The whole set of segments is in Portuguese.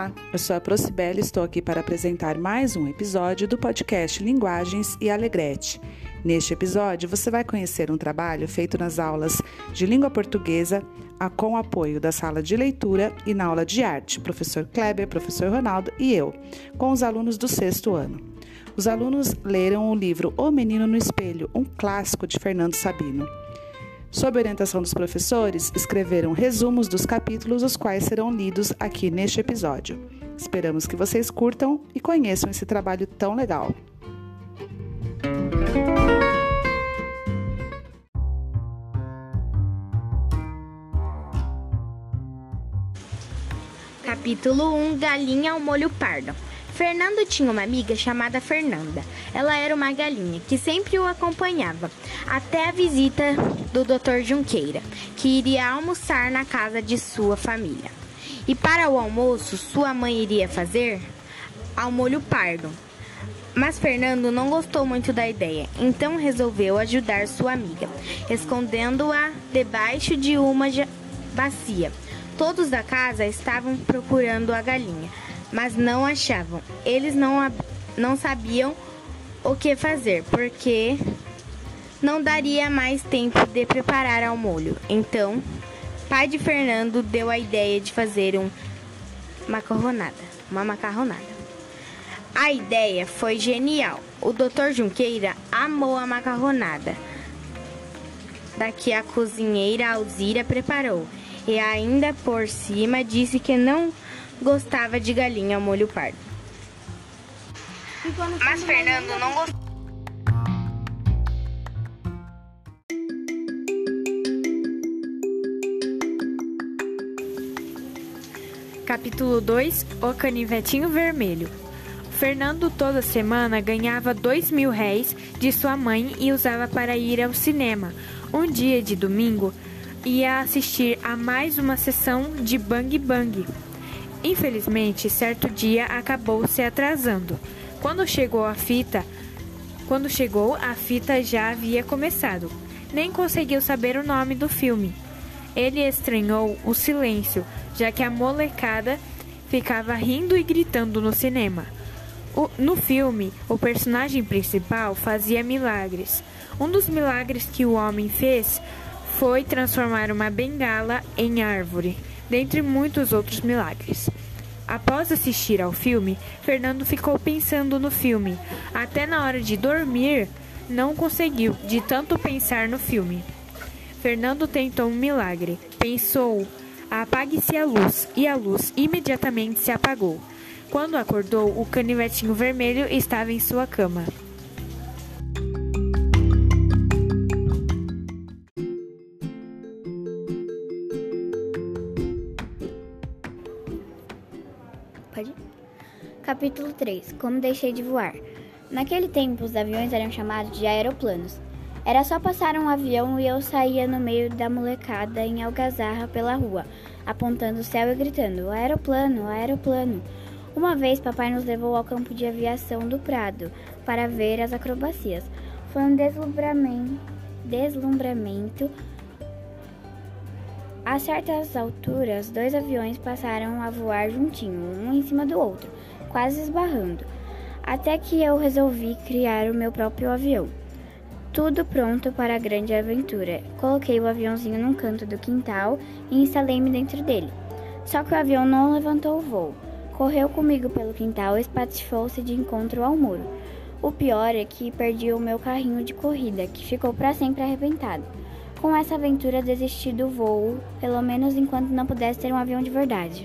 Olá, eu sou a Procibela e estou aqui para apresentar mais um episódio do podcast Linguagens e Alegrete. Neste episódio, você vai conhecer um trabalho feito nas aulas de língua portuguesa com apoio da sala de leitura e na aula de arte, professor Kleber, professor Ronaldo e eu, com os alunos do 6º ano. Os alunos leram o livro O Menino no Espelho, um clássico de Fernando Sabino. Sob orientação dos professores, escreveram resumos dos capítulos, os quais serão lidos aqui neste episódio. Esperamos que vocês curtam e conheçam esse trabalho tão legal. Capítulo 1 – Galinha ao molho pardo. Fernando tinha uma amiga chamada Fernanda. Ela era uma galinha que sempre o acompanhava, até a visita do Dr. Junqueira, que iria almoçar na casa de sua família. E para o almoço, sua mãe iria fazer ao molho pardo. Mas Fernando não gostou muito da ideia, então resolveu ajudar sua amiga, escondendo-a debaixo de uma bacia. Todos da casa estavam procurando a galinha, mas não achavam. Eles não sabiam o que fazer, porque não daria mais tempo de preparar ao molho. Então, pai de Fernando deu a ideia de fazer uma macarronada. A ideia foi genial. O Dr. Junqueira amou a macarronada que a cozinheira Alzira preparou e ainda por cima disse que não gostava de galinha ao molho pardo. Mas Fernando não gostou. Capítulo 2 – O Canivetinho Vermelho. Fernando toda semana ganhava R$2.000 de sua mãe e usava para ir ao cinema. Um dia de domingo, ia assistir a mais uma sessão de Bang Bang. Infelizmente, certo dia acabou se atrasando. Quando chegou, a fita já havia começado. Nem conseguiu saber o nome do filme. Ele estranhou o silêncio, já que a molecada ficava rindo e gritando no cinema. No filme, o personagem principal fazia milagres. Um dos milagres que o homem fez foi transformar uma bengala em árvore, dentre muitos outros milagres. Após assistir ao filme, Fernando ficou pensando no filme. Até na hora de dormir, não conseguiu, de tanto pensar no filme. Fernando tentou um milagre. Pensou, apague-se a luz, e a luz imediatamente se apagou. Quando acordou, o canivetinho vermelho estava em sua cama. Capítulo 3 – Como deixei de voar. Naquele tempo, os aviões eram chamados de aeroplanos. Era só passar um avião e eu saía no meio da molecada em algazarra pela rua, apontando o céu e gritando, aeroplano, aeroplano. Uma vez, papai nos levou ao campo de aviação do Prado para ver as acrobacias. Foi um deslumbramento. A certas alturas, 2 aviões passaram a voar juntinho, um em cima do outro, quase esbarrando, até que eu resolvi criar o meu próprio avião. Tudo pronto para a grande aventura. Coloquei o aviãozinho num canto do quintal e instalei-me dentro dele. Só que o avião não levantou o voo. Correu comigo pelo quintal e espatifou-se de encontro ao muro. O pior é que perdi o meu carrinho de corrida, que ficou para sempre arrebentado. Com essa aventura desisti do voo, pelo menos enquanto não pudesse ter um avião de verdade.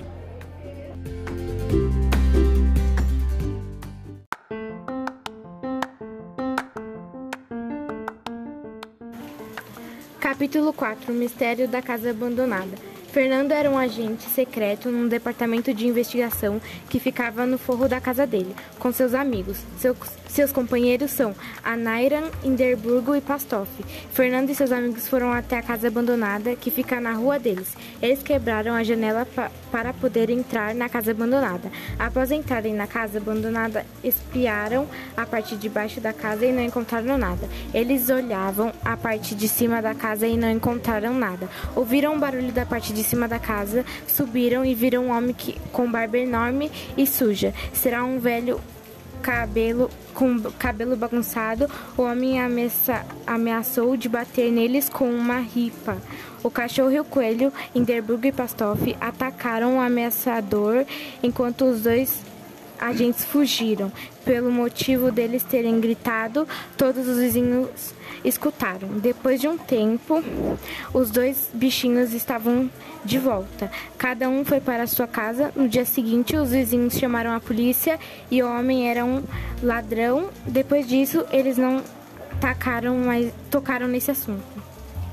Capítulo 4 – O Mistério da Casa Abandonada. Fernando era um agente secreto num departamento de investigação que ficava no forro da casa dele, com seus amigos. Seus companheiros são Anairan, Hinderburgo e Pastoff. Fernando e seus amigos foram até a casa abandonada, que fica na rua deles. Eles quebraram a janela para poder entrar na casa abandonada. Após entrarem na casa abandonada, espiaram a parte de baixo da casa e não encontraram nada. Eles olhavam a parte de cima da casa e não encontraram nada. Ouviram um barulho da parte de cima da casa, subiram e viram um homem com barba enorme e suja. Será um velho com cabelo bagunçado. O homem ameaçou de bater neles com uma ripa. O cachorro e o coelho, Hindenburg e Pastoff, atacaram o ameaçador enquanto os dois agentes fugiram. Pelo motivo deles terem gritado, todos os vizinhos escutaram. Depois de um tempo, os dois bichinhos estavam de volta. Cada um foi para sua casa. No dia seguinte, os vizinhos chamaram a polícia e o homem era um ladrão. Depois disso, eles não tocaram nesse assunto.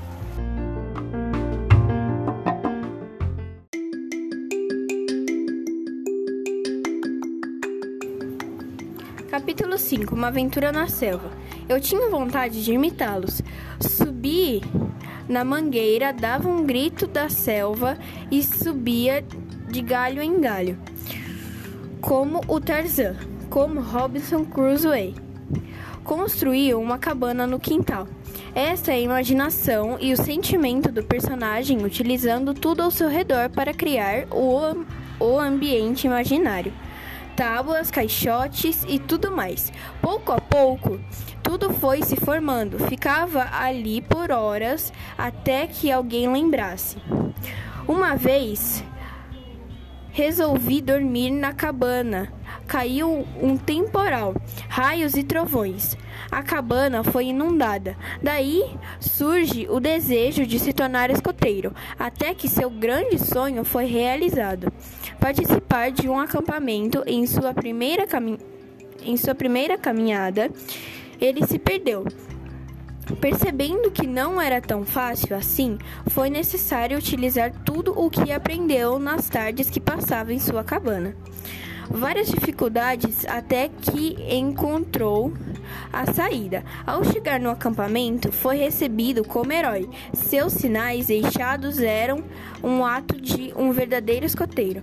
Capítulo 5. Uma aventura na selva. Eu tinha vontade de imitá-los. Subi na mangueira, dava um grito da selva e subia de galho em galho, como o Tarzan, como Robinson Crusoe. Construía uma cabana no quintal. Esta é a imaginação e o sentimento do personagem, utilizando tudo ao seu redor para criar o ambiente imaginário. Tábuas, caixotes e tudo mais. Pouco a pouco, tudo foi se formando. Ficava ali por horas até que alguém lembrasse. Uma vez, resolvi dormir na cabana. Caiu um temporal, raios e trovões. A cabana foi inundada. Daí surge o desejo de se tornar escoteiro, até que seu grande sonho foi realizado. Participar de um acampamento em sua primeira caminhada, ele se perdeu. Percebendo que não era tão fácil assim, foi necessário utilizar tudo o que aprendeu nas tardes que passava em sua cabana. Várias dificuldades até que encontrou a saída. Ao chegar no acampamento, foi recebido como herói. Seus sinais deixados eram um ato de um verdadeiro escoteiro.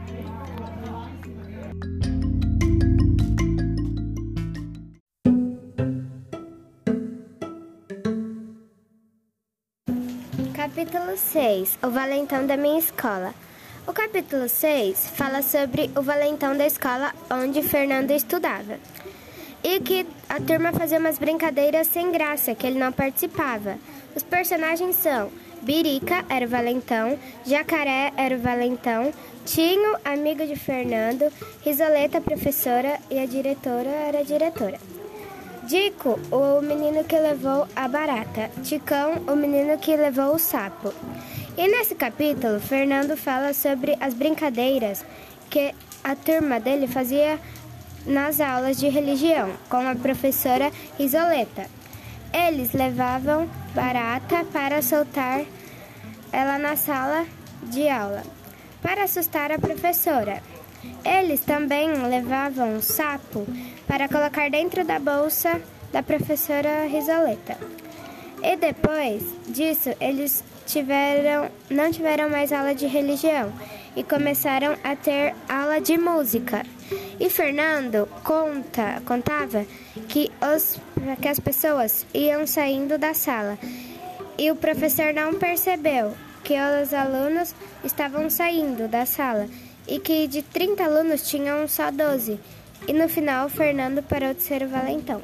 Capítulo 6. O valentão da minha escola. O capítulo 6 fala sobre o valentão da escola onde Fernando estudava. E que a turma fazia umas brincadeiras sem graça, que ele não participava. Os personagens são Birica, era o valentão, Jacaré, era o valentão, Tinho, amigo de Fernando, Risoleta, professora, e a diretora era a diretora. Dico, o menino que levou a barata. Ticão, o menino que levou o sapo. E nesse capítulo, Fernando fala sobre as brincadeiras que a turma dele fazia nas aulas de religião, com a professora Risoleta. Eles levavam barata para soltar ela na sala de aula, para assustar a professora. Eles também levavam um sapo para colocar dentro da bolsa da professora Risoleta. E depois disso, eles não tiveram mais aula de religião e começaram a ter aula de música. E Fernando contava que as pessoas iam saindo da sala e o professor não percebeu que os alunos estavam saindo da sala e que de 30 alunos tinham só 12. E no final, Fernando parou de ser o valentão.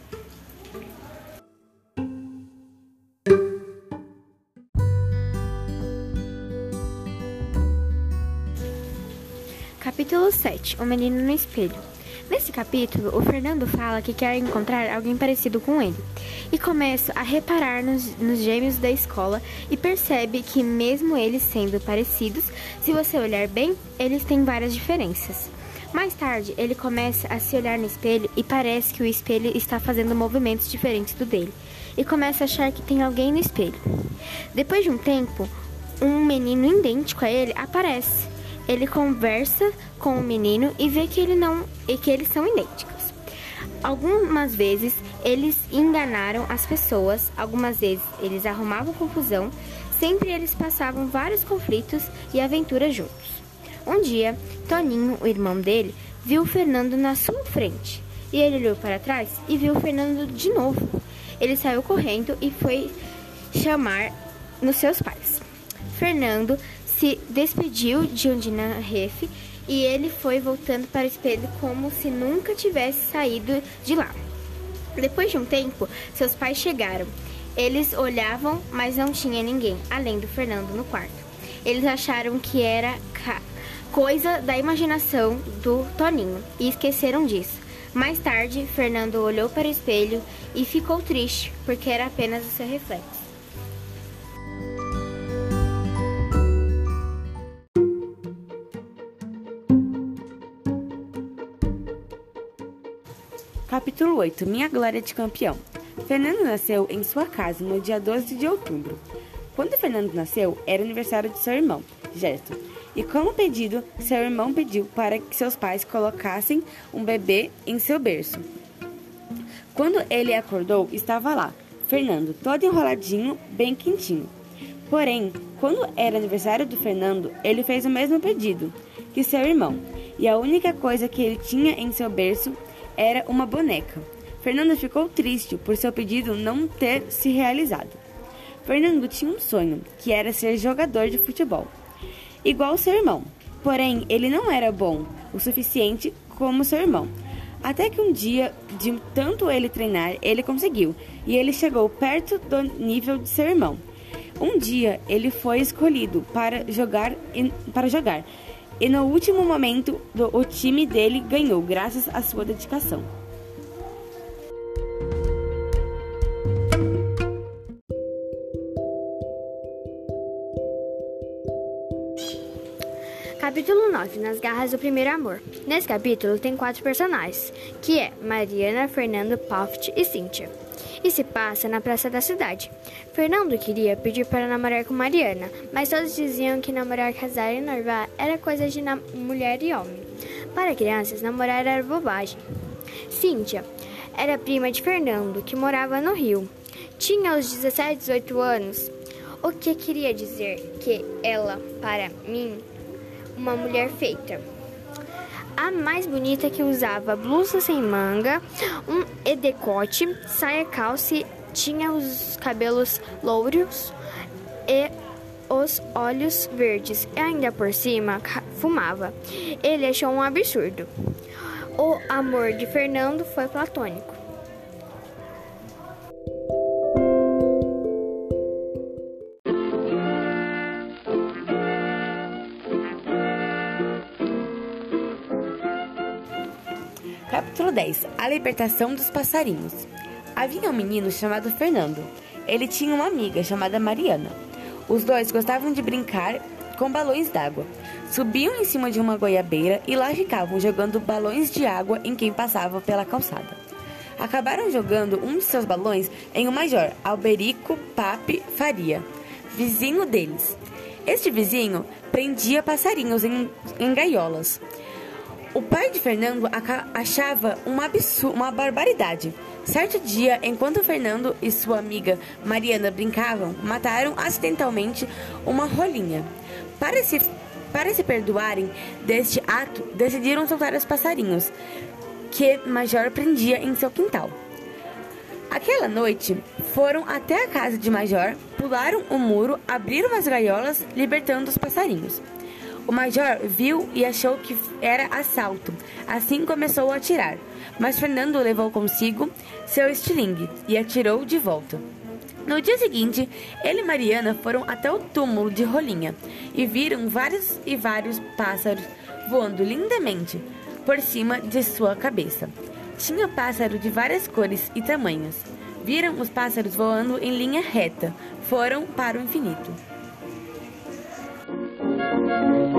Capítulo 7. O menino no espelho. Nesse capítulo, o Fernando fala que quer encontrar alguém parecido com ele e começa a reparar nos gêmeos da escola e percebe que mesmo eles sendo parecidos, se você olhar bem, eles têm várias diferenças. Mais tarde, ele começa a se olhar no espelho e parece que o espelho está fazendo movimentos diferentes do dele e começa a achar que tem alguém no espelho. Depois de um tempo, um menino idêntico a ele aparece. Ele conversa com o menino e vê que eles são idênticos. Algumas vezes eles enganaram as pessoas, algumas vezes eles arrumavam confusão, sempre eles passavam vários conflitos e aventuras juntos. Um dia, Toninho, o irmão dele, viu o Fernando na sua frente e ele olhou para trás e viu o Fernando de novo. Ele saiu correndo e foi chamar nos seus pais. Fernando se despediu de Undina Ref e ele foi voltando para o espelho como se nunca tivesse saído de lá. Depois de um tempo, seus pais chegaram. Eles olhavam, mas não tinha ninguém, além do Fernando no quarto. Eles acharam que era coisa da imaginação do Toninho e esqueceram disso. Mais tarde, Fernando olhou para o espelho e ficou triste, porque era apenas o seu reflexo. Capítulo 8. Minha glória de campeão. Fernando nasceu em sua casa no dia 12 de outubro. Quando Fernando nasceu, era aniversário de seu irmão, Gerson. E como pedido, seu irmão pediu para que seus pais colocassem um bebê em seu berço. Quando ele acordou, estava lá, Fernando, todo enroladinho, bem quentinho. Porém, quando era aniversário do Fernando, ele fez o mesmo pedido que seu irmão. E a única coisa que ele tinha em seu berço era uma boneca. Fernando ficou triste por seu pedido não ter se realizado. Fernando tinha um sonho, que era ser jogador de futebol, igual seu irmão. Porém, ele não era bom o suficiente como seu irmão. Até que um dia, de tanto ele treinar, ele conseguiu, e ele chegou perto do nível de seu irmão. Um dia, ele foi escolhido para jogar, e no último momento, o time dele ganhou, graças à sua dedicação. Capítulo 9. Nas garras do primeiro amor. Nesse capítulo tem 4 personagens, que é Mariana, Fernando, Paufit e Cíntia. E se passa na praça da cidade. Fernando queria pedir para namorar com Mariana, mas todos diziam que namorar, casar e noivar era coisa de mulher e homem. Para crianças, namorar era bobagem. Cíntia era prima de Fernando, que morava no Rio. Tinha os 17, 18 anos, o que queria dizer que ela, para mim, uma mulher feita. A mais bonita, que usava blusa sem manga, um decote, saia calça, tinha os cabelos louros e os olhos verdes, e ainda por cima fumava. Ele achou um absurdo. O amor de Fernando foi platônico. Capítulo 10. A libertação dos passarinhos. Havia um menino chamado Fernando. Ele tinha uma amiga chamada Mariana. Os dois gostavam de brincar com balões d'água. Subiam em cima de uma goiabeira e lá ficavam jogando balões de água em quem passava pela calçada. Acabaram jogando um de seus balões em um major, Alberico Pape Faria, vizinho deles. Este vizinho prendia passarinhos em gaiolas. O pai de Fernando achava uma barbaridade. Certo dia, enquanto Fernando e sua amiga Mariana brincavam, mataram acidentalmente uma rolinha. Para se perdoarem deste ato, decidiram soltar os passarinhos que Major prendia em seu quintal. Aquela noite, foram até a casa de Major, pularam o muro, abriram as gaiolas, libertando os passarinhos. O Major viu e achou que era assalto, assim começou a atirar. Mas Fernando levou consigo seu estilingue e atirou de volta. No dia seguinte, ele e Mariana foram até o túmulo de Rolinha e viram vários pássaros voando lindamente por cima de sua cabeça. Tinha pássaro de várias cores e tamanhos. Viram os pássaros voando em linha reta, foram para o infinito.